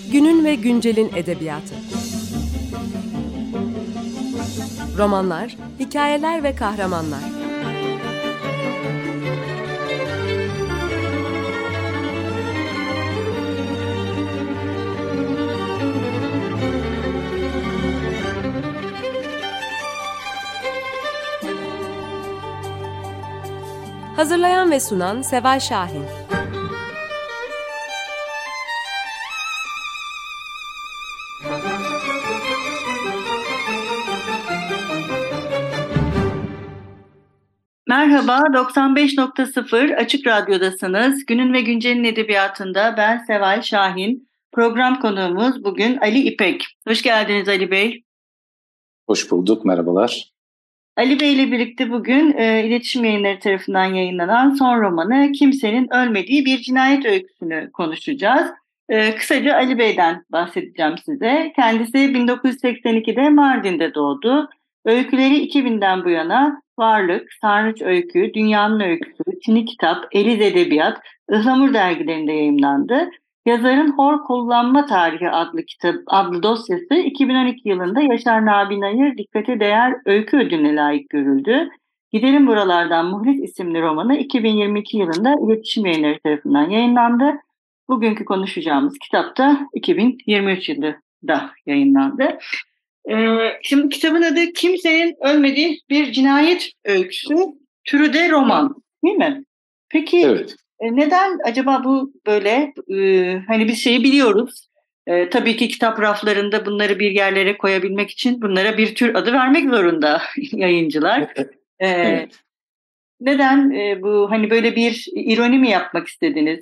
Günün ve güncelin edebiyatı. Romanlar, hikayeler ve kahramanlar. Hazırlayan ve sunan Seval Şahin. Merhaba, 95.0 Açık Radyo'dasınız. Günün ve Güncel'in edebiyatında ben Seval Şahin. Program konuğumuz bugün Ali İpek. Hoş geldiniz Ali Bey. Hoş bulduk, merhabalar. Ali Bey ile birlikte bugün İletişim Yayınları tarafından yayınlanan son romanı Kimsenin Ölmediği Bir Cinayet Öyküsünü konuşacağız. Kısaca Ali Bey'den bahsedeceğim size. Kendisi 1982'de Mardin'de doğdu. Öyküleri 2000'den bu yana Varlık, Sarnıç Öykü, Dünyanın Öyküsü, Çini Kitap, Eliz Edebiyat, Ihlamur dergilerinde yayımlandı. Yazarın Hor Kullanma Tarihi adlı dosyası 2012 yılında Yaşar Nabi Nayır Dikkate Değer Öykü Ödülüne layık görüldü. Gidelim Buralardan Muhlis isimli romanı 2022 yılında İletişim Yayınları tarafından yayınlandı. Bugünkü konuşacağımız kitap da 2023 yılında yayınlandı. Şimdi kitabın adı Kimsenin Ölmediği Bir Cinayet Öyküsü, türü de roman, değil mi? Peki evet. Neden acaba bu böyle? Hani biz şeyi biliyoruz. Tabii ki kitap raflarında bunları bir yerlere koyabilmek için bunlara bir tür adı vermek zorunda yayıncılar. Evet. Neden bu hani böyle bir ironi mi yapmak istediniz?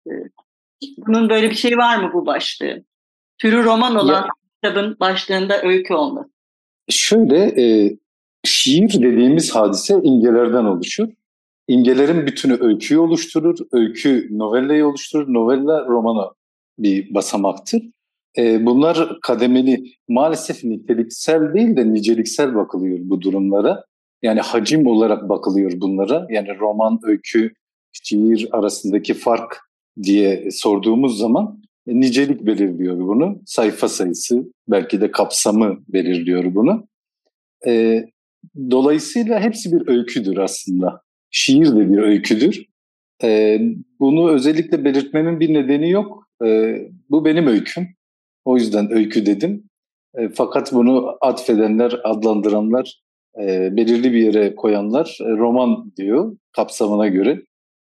Bunun böyle bir şey var mı bu başlığı? Türü roman olan kitabın başlığında öykü olması. Şöyle, şiir dediğimiz hadise imgelerden oluşur. İmgelerin bütünü öyküyü oluşturur, öykü novellayı oluşturur, novella romana bir basamaktır. Bunlar kademeli, maalesef niteliksel değil de niceliksel bakılıyor bu durumlara. Yani hacim olarak bakılıyor bunlara. Yani roman, öykü, şiir arasındaki fark diye sorduğumuz zaman nicelik belirliyor bunu. Sayfa sayısı, belki de kapsamı belirliyor bunu. Dolayısıyla hepsi bir öyküdür aslında. Şiir de bir öyküdür. Bunu özellikle belirtmemin bir nedeni yok. Bu benim öyküm. O yüzden öykü dedim. Fakat bunu atfedenler, adlandıranlar, belirli bir yere koyanlar roman diyor kapsamına göre.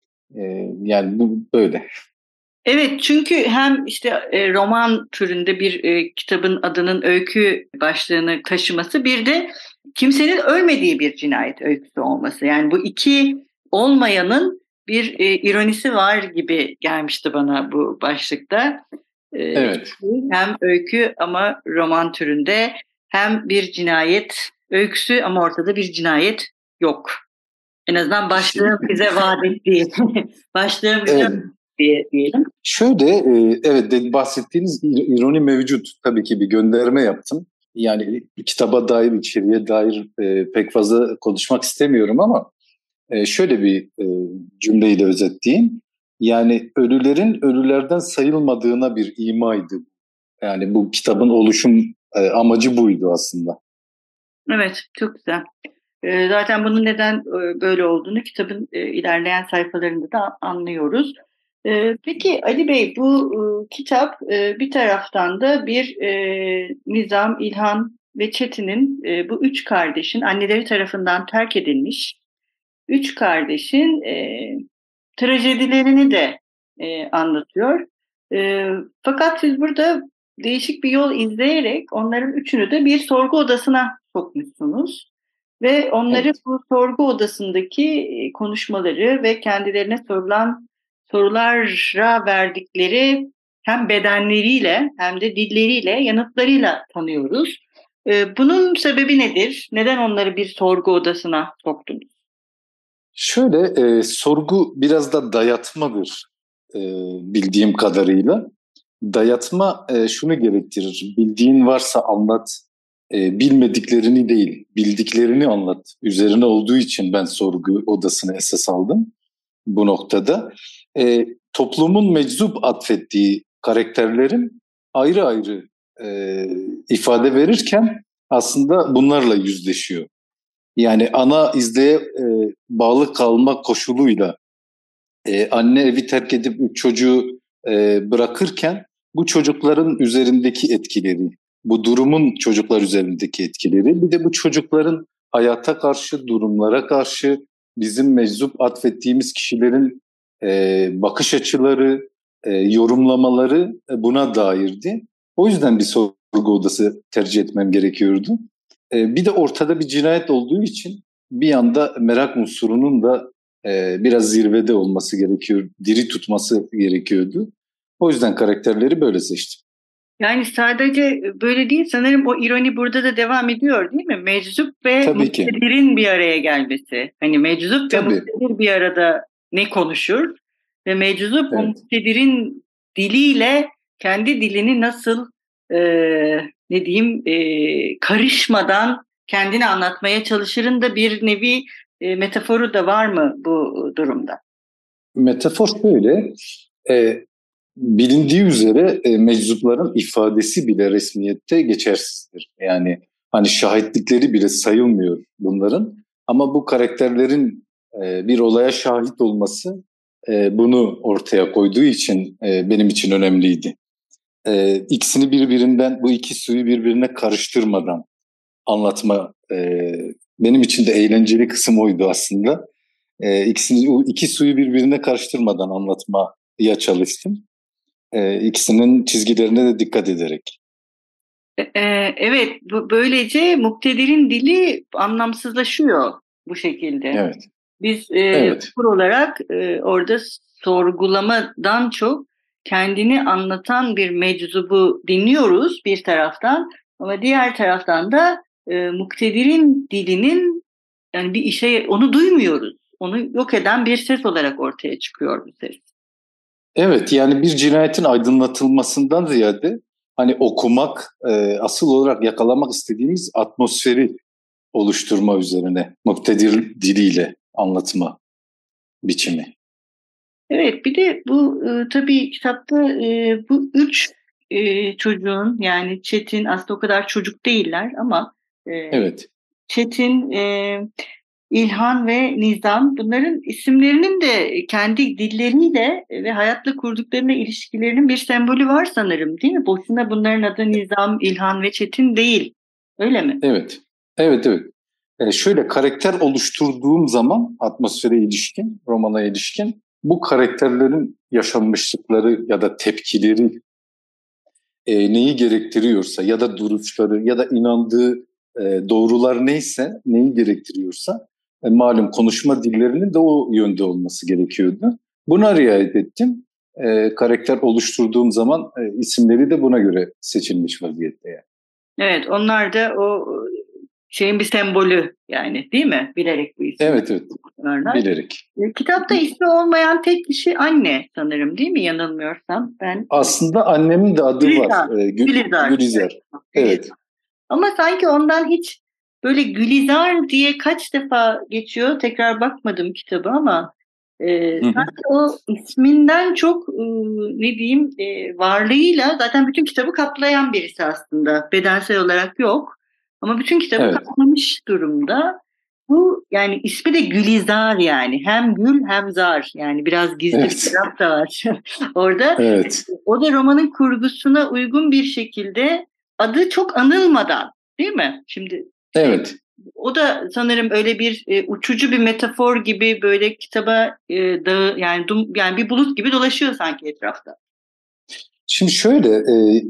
Yani bu böyle. Evet, çünkü hem işte roman türünde bir kitabın adının öykü başlığını taşıması, bir de kimsenin ölmediği bir cinayet öyküsü olması. Yani bu iki olmayanın bir ironisi var gibi gelmişti bana bu başlıkta. Evet. Hem öykü ama roman türünde, hem bir cinayet öyküsü ama ortada bir cinayet yok. En azından başlığın bize vaat ettiği. Başlığın bize diyelim. Şöyle, evet bahsettiğiniz ironi mevcut. Tabii ki bir gönderme yaptım. Yani kitaba dair, içeriğe dair pek fazla konuşmak istemiyorum ama şöyle bir cümleyle özetleyeyim. Yani ölülerin ölülerden sayılmadığına bir imaydı. Yani bu kitabın oluşum amacı buydu aslında. Evet, çok güzel. Zaten bunun neden böyle olduğunu kitabın ilerleyen sayfalarında da anlıyoruz. Peki Ali Bey, bu kitap bir taraftan da bir Nizam, İlhan ve Çetin'in bu üç kardeşin anneleri tarafından terk edilmiş üç kardeşin trajedilerini de anlatıyor. Fakat siz burada değişik bir yol izleyerek onların üçünü de bir sorgu odasına sokmuşsunuz. Ve onları bu sorgu odasındaki konuşmaları ve kendilerine sorulan sorulara verdikleri hem bedenleriyle hem de dilleriyle, yanıtlarıyla tanıyoruz. Bunun sebebi nedir? Neden onları bir sorgu odasına soktunuz? Şöyle, sorgu biraz da dayatmadır bildiğim kadarıyla. Dayatma şunu gerektirir. Bildiğin varsa anlat, bilmediklerini değil, bildiklerini anlat. Üzerine olduğu için ben sorgu odasını esas aldım bu noktada. Toplumun meczup atfettiği karakterlerin ayrı ayrı ifade verirken aslında bunlarla yüzleşiyor. Yani ana izleye bağlı kalmak koşuluyla anne evi terk edip 3 çocuğu bırakırken bu çocukların üzerindeki etkileri, bu durumun çocuklar üzerindeki etkileri, bir de bu çocukların hayata karşı, durumlara karşı bizim meczup atfettiğimiz kişilerin bakış açıları, yorumlamaları buna dairdi. O yüzden bir sorgu odası tercih etmem gerekiyordu. Bir de ortada bir cinayet olduğu için bir yanda merak unsurunun da biraz zirvede olması gerekiyor, diri tutması gerekiyordu. O yüzden karakterleri böyle seçtim. Yani sadece böyle değil, sanırım o ironi burada da devam ediyor değil mi? Meczup ve Tabii ki. muktedirin bir araya gelmesi. Hani meczup ve Tabii. muktedir bir arada ne konuşur? Ve meczup o Evet. muktedirin diliyle kendi dilini nasıl ne diyeyim karışmadan kendini anlatmaya çalışırın da bir nevi metaforu da var mı bu durumda? Metafor şöyle, bilindiği üzere meczupların ifadesi bile resmiyette geçersizdir. Yani hani şahitlikleri bile sayılmıyor bunların. Ama bu karakterlerin bir olaya şahit olması bunu ortaya koyduğu için benim için önemliydi. İkisini birbirinden, bu iki suyu birbirine karıştırmadan anlatma benim için de eğlenceli kısım oydu aslında. İki suyu birbirine karıştırmadan anlatmaya çalıştım. İkisinin çizgilerine de dikkat ederek. Evet, böylece muktedirin dili anlamsızlaşıyor bu şekilde. Evet. Biz Evet. olarak orada sorgulamadan çok kendini anlatan bir meczubu dinliyoruz bir taraftan, ama diğer taraftan da muktedirin dilinin yani bir işe onu duymuyoruz. Onu yok eden bir ses olarak ortaya çıkıyor bu ses. Evet, yani bir cinayetin aydınlatılmasından ziyade hani okumak, asıl olarak yakalamak istediğimiz atmosferi oluşturma üzerine muktedir diliyle anlatma biçimi. Evet, bir de bu tabii kitapta bu üç çocuğun, yani Çetin aslında o kadar çocuk değiller ama Evet. Çetin, İlhan ve Nizam, bunların isimlerinin de kendi dilleriyle ve hayatla kurduklarına ilişkilerinin bir sembolü var sanırım, değil mi? Boşuna bunların adı Nizam, İlhan ve Çetin değil. Öyle mi? Evet. Evet. Şöyle karakter oluşturduğum zaman atmosfere ilişkin, romana ilişkin bu karakterlerin yaşanmışlıkları ya da tepkileri neyi gerektiriyorsa ya da duruşları ya da inandığı doğrular neyse, neyi gerektiriyorsa malum konuşma dillerinin de o yönde olması gerekiyordu. Buna riayet ettim. Karakter oluşturduğum zaman isimleri de buna göre seçilmiş vaziyette yani. Evet, onlar da o şeyin bir sembolü yani, değil mi? Bilerek bu isimleri. Evet, bilerek. Kitapta ismi olmayan tek kişi anne sanırım, değil mi? Yanılmıyorsam. Aslında annemin de adı Gülizar. var. Gülizar. Evet. Ama sanki ondan hiç böyle Gülizar diye kaç defa geçiyor. Tekrar bakmadım kitabı ama sanki o isminden çok ne diyeyim varlığıyla zaten bütün kitabı kaplayan birisi aslında. Bedensel olarak yok. Ama bütün kitabı kaplamış durumda. Bu yani ismi de Gülizar yani. Hem gül hem zar. Yani biraz gizli bir taraf da var orada. Evet. O da romanın kurgusuna uygun bir şekilde adı çok anılmadan, değil mi? Şimdi evet. O da sanırım öyle bir uçucu bir metafor gibi böyle kitaba yani bir bulut gibi dolaşıyor sanki etrafta. Şimdi şöyle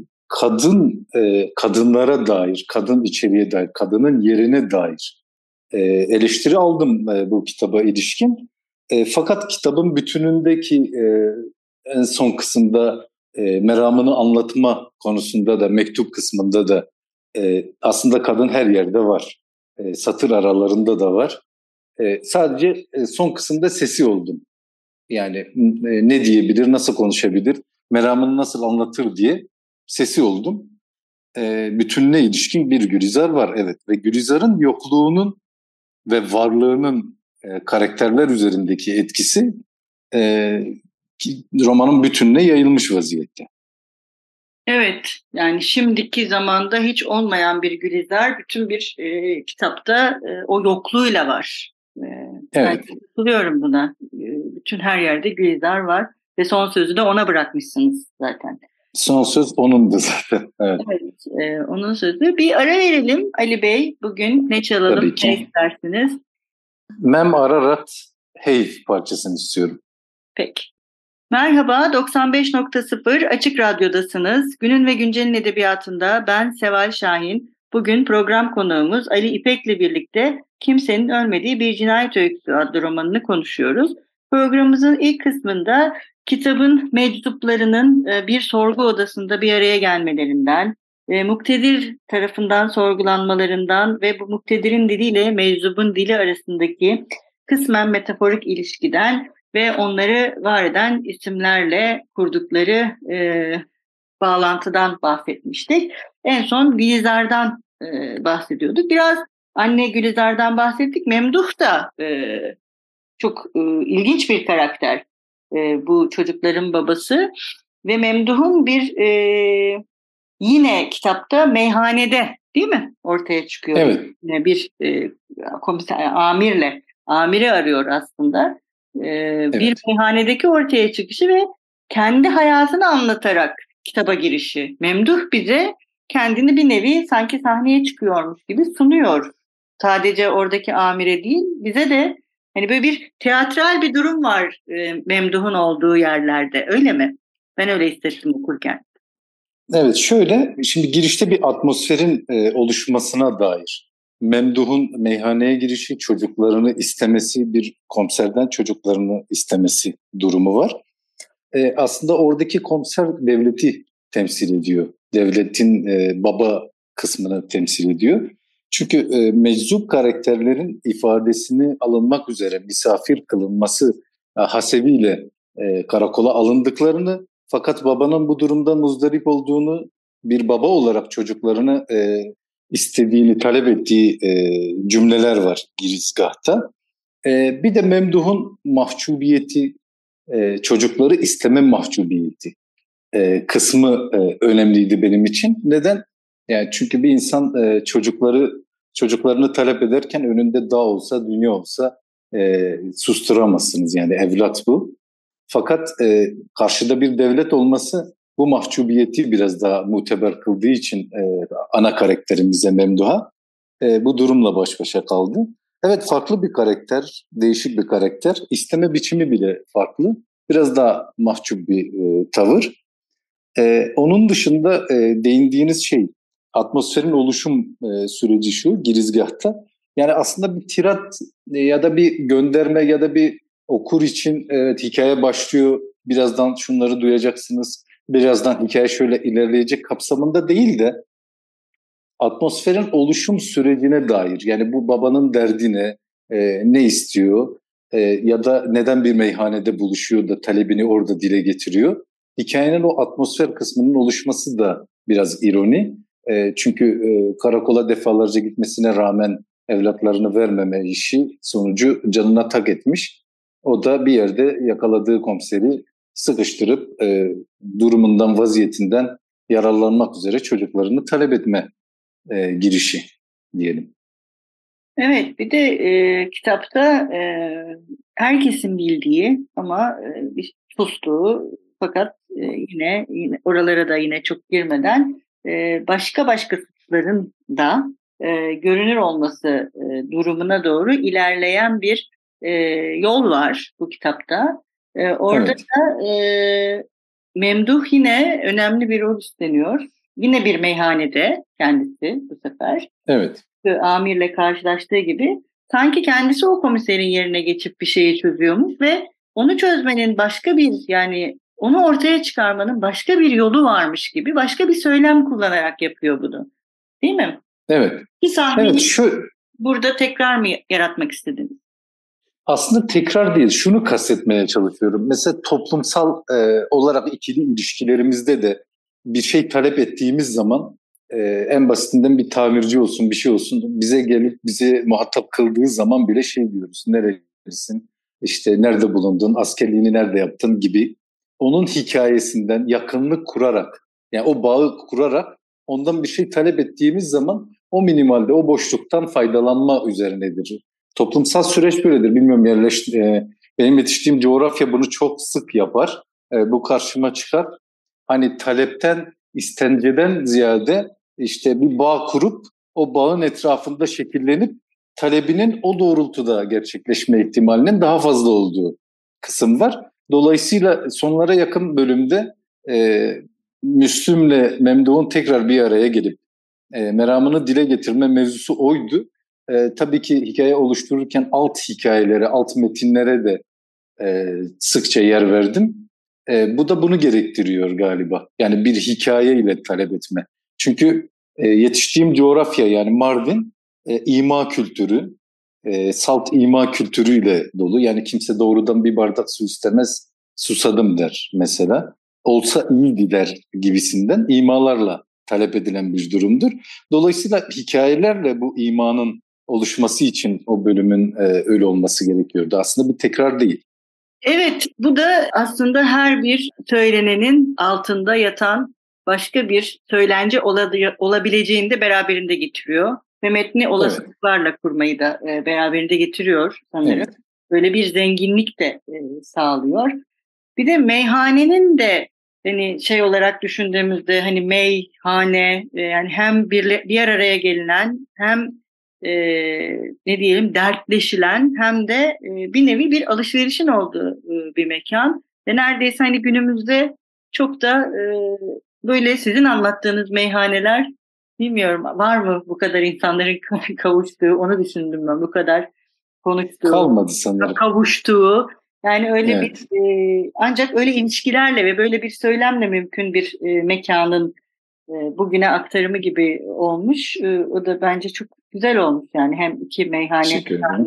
kadınlara dair, kadın içeriğe dair, kadının yerine dair eleştiri aldım bu kitaba ilişkin. Fakat kitabın bütünündeki en son kısımda meramını anlatma konusunda da mektup kısmında da aslında kadın her yerde var. Satır aralarında da var. Sadece son kısımda sesi oldum. Yani ne diyebilir, nasıl konuşabilir, meramını nasıl anlatır diye sesi oldum. Bütününe ilişkin bir Gülizar var, evet. Ve Gülizar'ın yokluğunun ve varlığının karakterler üzerindeki etkisi romanın bütününe yayılmış vaziyette. Evet, yani şimdiki zamanda hiç olmayan bir Gülizar bütün bir kitapta o yokluğuyla var. Ben Evet. katılıyorum buna. Bütün her yerde Gülizar var ve son sözü de ona bırakmışsınız zaten. Son söz onundu zaten. Evet. Evet, onun sözü. Bir ara verelim Ali Bey. Bugün ne çalalım, Tabii ne ki. istersiniz? Mem Ararat Hey parçasını istiyorum. Peki. Merhaba, 95.0 Açık Radyo'dasınız. Günün ve Güncel'in edebiyatında ben Seval Şahin. Bugün program konuğumuz Ali İpek'le birlikte Kimsenin Ölmediği Bir Cinayet Öyküsü adlı romanını konuşuyoruz. Programımızın ilk kısmında kitabın meczuplarının bir sorgu odasında bir araya gelmelerinden, muktedir tarafından sorgulanmalarından ve bu muktedirin diliyle meczubun dili arasındaki kısmen metaforik ilişkiden ve onları var eden isimlerle kurdukları bağlantıdan bahsetmiştik. En son Gülizar'dan bahsediyorduk. Biraz anne Gülizar'dan bahsettik. Memduh da çok ilginç bir karakter. Bu çocukların babası ve Memduh'un bir yine kitapta meyhanede değil mi ortaya çıkıyor? Evet. Yine bir komiser amiri arıyor aslında. Bir meyhanedeki ortaya çıkışı ve kendi hayatını anlatarak kitaba girişi. Memduh bize kendini bir nevi sanki sahneye çıkıyormuş gibi sunuyor. Sadece oradaki amire değil, bize de hani böyle bir teatral bir durum var Memduh'un olduğu yerlerde. Öyle mi? Ben öyle hissettim okurken. Evet, şöyle, şimdi girişte bir atmosferin oluşmasına dair. Memduh'un meyhaneye girişi, çocuklarını istemesi, bir komiserden çocuklarını istemesi durumu var. Aslında oradaki komiser devleti temsil ediyor. Devletin baba kısmını temsil ediyor. Çünkü meczup karakterlerin ifadesini alınmak üzere misafir kılınması hasebiyle karakola alındıklarını, fakat babanın bu durumda muzdarip olduğunu, bir baba olarak çocuklarını istediğini, talep ettiği cümleler var girizgahta. Bir de Memduh'un mahcubiyeti, çocukları isteme mahcubiyeti kısmı önemliydi benim için. Neden? Yani çünkü bir insan çocuklarını talep ederken önünde dağ olsa, dünya olsa susturamazsınız. Yani evlat bu. Fakat karşıda bir devlet olması bu mahcubiyeti biraz daha muteber kıldığı için ana karakterimize Memduh'a bu durumla baş başa kaldı. Evet, farklı bir karakter, değişik bir karakter. İsteme biçimi bile farklı. Biraz daha mahcup bir tavır. Onun dışında değindiğiniz şey, atmosferin oluşum süreci şu girizgahta. Yani aslında bir tirat ya da bir gönderme ya da bir okur için evet, hikaye başlıyor. Birazdan şunları duyacaksınız. Birazdan hikaye şöyle ilerleyecek kapsamında değil de atmosferin oluşum sürecine dair. Yani bu babanın derdine ne istiyor ya da neden bir meyhanede buluşuyor da talebini orada dile getiriyor. Hikayenin o atmosfer kısmının oluşması da biraz ironi. Çünkü karakola defalarca gitmesine rağmen evlatlarını vermeme işi sonucu canına tak etmiş. O da bir yerde yakaladığı komiseri sıkıştırıp durumundan, vaziyetinden yararlanmak üzere çocuklarını talep etme girişi diyelim. Evet, bir de kitapta herkesin bildiği ama bir sustuğu fakat yine oralara da yine çok girmeden başka suçların da görünür olması durumuna doğru ilerleyen bir yol var bu kitapta. Orada Evet. da Memduh yine önemli bir rol üstleniyor. Yine bir meyhanede kendisi bu sefer. Evet. Amirle karşılaştığı gibi sanki kendisi o komiserin yerine geçip bir şeyi çözüyormuş ve onu çözmenin başka bir yani onu ortaya çıkarmanın başka bir yolu varmış gibi başka bir söylem kullanarak yapıyor bunu. Değil mi? Evet. Bir sahneyi Evet, burada tekrar mı yaratmak istediniz? aslında tekrar değil, şunu kastetmeye çalışıyorum. Mesela toplumsal olarak ikili ilişkilerimizde de bir şey talep ettiğimiz zaman en basitinden bir tamirci olsun, bir şey olsun, bize gelip bizi muhatap kıldığı zaman bile şey diyoruz. Nerelisin? İşte nerede bulundun? Askerliğini nerede yaptın gibi. Onun hikayesinden yakınlık kurarak Yani o bağı kurarak ondan bir şey talep ettiğimiz zaman o minimalde, o boşluktan faydalanma üzerinedir. Toplumsal süreç böyledir. Bilmiyorum, benim yetiştiğim coğrafya bunu çok sık yapar. Bu karşıma çıkar. Hani talepten, istenceden ziyade işte bir bağ kurup o bağın etrafında şekillenip talebinin o doğrultuda gerçekleşme ihtimalinin daha fazla olduğu kısım var. Dolayısıyla sonlara yakın bölümde Müslüm'le Memduh'un tekrar bir araya gelip meramını dile getirme mevzusu oydu. Tabii ki hikaye oluştururken alt hikayelere, alt metinlere de sıkça yer verdim. Bu da bunu gerektiriyor galiba. Yani bir hikayeyle talep etme. Çünkü yetiştiğim coğrafya, yani Mardin, ima kültürü, salt ima kültürüyle dolu. Yani kimse doğrudan bir bardak su istemez, susadım der mesela. Olsa iyiydi der gibisinden imalarla talep edilen bir durumdur. Dolayısıyla hikayelerle bu imanın oluşması için o bölümün öyle olması gerekiyordu. Aslında bir tekrar değil. Evet, bu da aslında her bir söylenenin altında yatan başka bir söylence olabileceğini de beraberinde getiriyor. Ve metni olasılıklarla kurmayı da beraberinde getiriyor sanırım. Evet. Böyle bir zenginlik de sağlıyor. Bir de meyhanenin de hani şey olarak düşündüğümüzde hani meyhane yani hem bir araya gelinen hem ne diyelim dertleşilen hem de bir nevi bir alışverişin olduğu bir mekan. Ve neredeyse hani günümüzde çok da böyle sizin anlattığınız meyhaneler, bilmiyorum var mı bu kadar insanların kavuştuğu, onu düşündüm ben, bu kadar konuştuğu. Kalmadı sanırım. Kavuştuğu. Yani öyle bir ancak öyle ilişkilerle ve böyle bir söylemle mümkün bir mekanın bugüne aktarımı gibi olmuş. O da bence çok güzel olmuş yani, hem iki meyhane.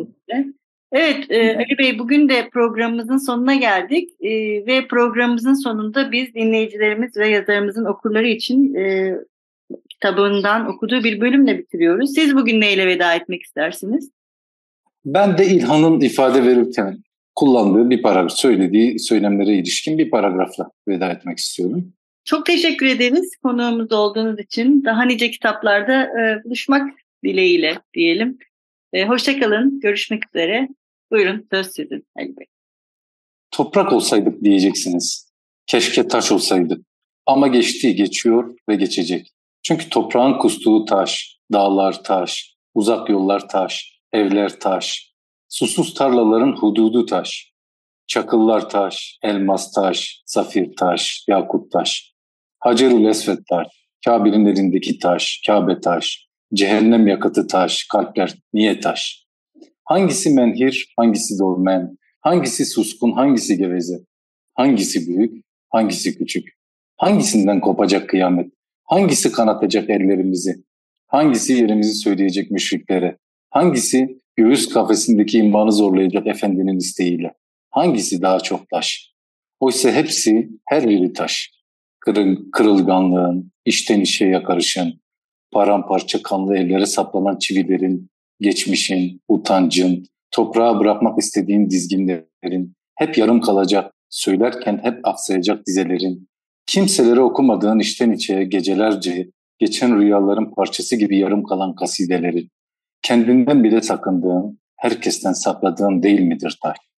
Evet Ali Bey, bugün de programımızın sonuna geldik ve programımızın sonunda biz dinleyicilerimiz ve yazarımızın okurları için kitabından okuduğu bir bölümle bitiriyoruz. Siz bugün neyle veda etmek istersiniz? Ben de İlhan'ın ifade verirken kullandığı bir paragraf, söylediği söylemlere ilişkin bir paragrafla veda etmek istiyorum. Çok teşekkür ederiz konuğumuz olduğunuz için. Daha nice kitaplarda buluşmak dileğiyle diyelim. Hoşça kalın, görüşmek üzere. Buyurun, söz sizin Ali Bey. Toprak olsaydık diyeceksiniz. Keşke taş olsaydık. Ama geçti, geçiyor ve geçecek. Çünkü toprağın kustuğu taş, dağlar taş, uzak yollar taş, evler taş, susuz tarlaların hududu taş, çakıllar taş, elmas taş, safir taş, yakut taş, Hacerül Esved taş, Kabe'nin elindeki taş, Kabe taş, cehennem yakıtı taş, kalpler niye taş? Hangisi menhir, hangisi dolmen, hangisi suskun, hangisi geveze, hangisi büyük, hangisi küçük, hangisinden kopacak kıyamet, hangisi kanatacak ellerimizi, hangisi yerimizi söyleyecek müşriklere, hangisi göğüs kafesindeki imanı zorlayacak efendinin isteğiyle, hangisi daha çok taş? Oysa hepsi, her biri taş. Kırılganlığın, içten içe yakarışın, paramparça kanlı ellere saplanan çivilerin, geçmişin, utancın, toprağa bırakmak istediğin dizginlerin, hep yarım kalacak, söylerken hep aksayacak dizelerin, kimselere okumadığın içten içe gecelerce geçen rüyaların parçası gibi yarım kalan kasidelerin, kendinden bile sakındığın, herkesten sakladığın değil midir taş?